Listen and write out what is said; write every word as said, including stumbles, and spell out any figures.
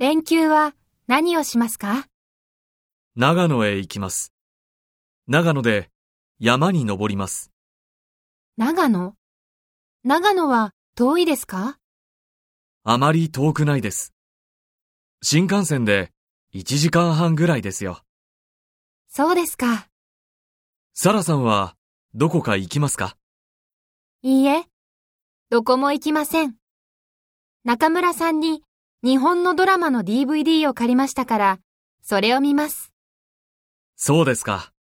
連休は何をしますか？ 長野へ行きます。長野で山に登ります。 長野？長野は遠いですか？ あまり遠くないです。新幹線でいちじかんはんぐらいですよ。 そうですか。 サラさんはどこか行きますか？ いいえ、どこも行きません。中村さんに日本のドラマの ディーブイディー を借りましたから、それを見ます。 そうですか。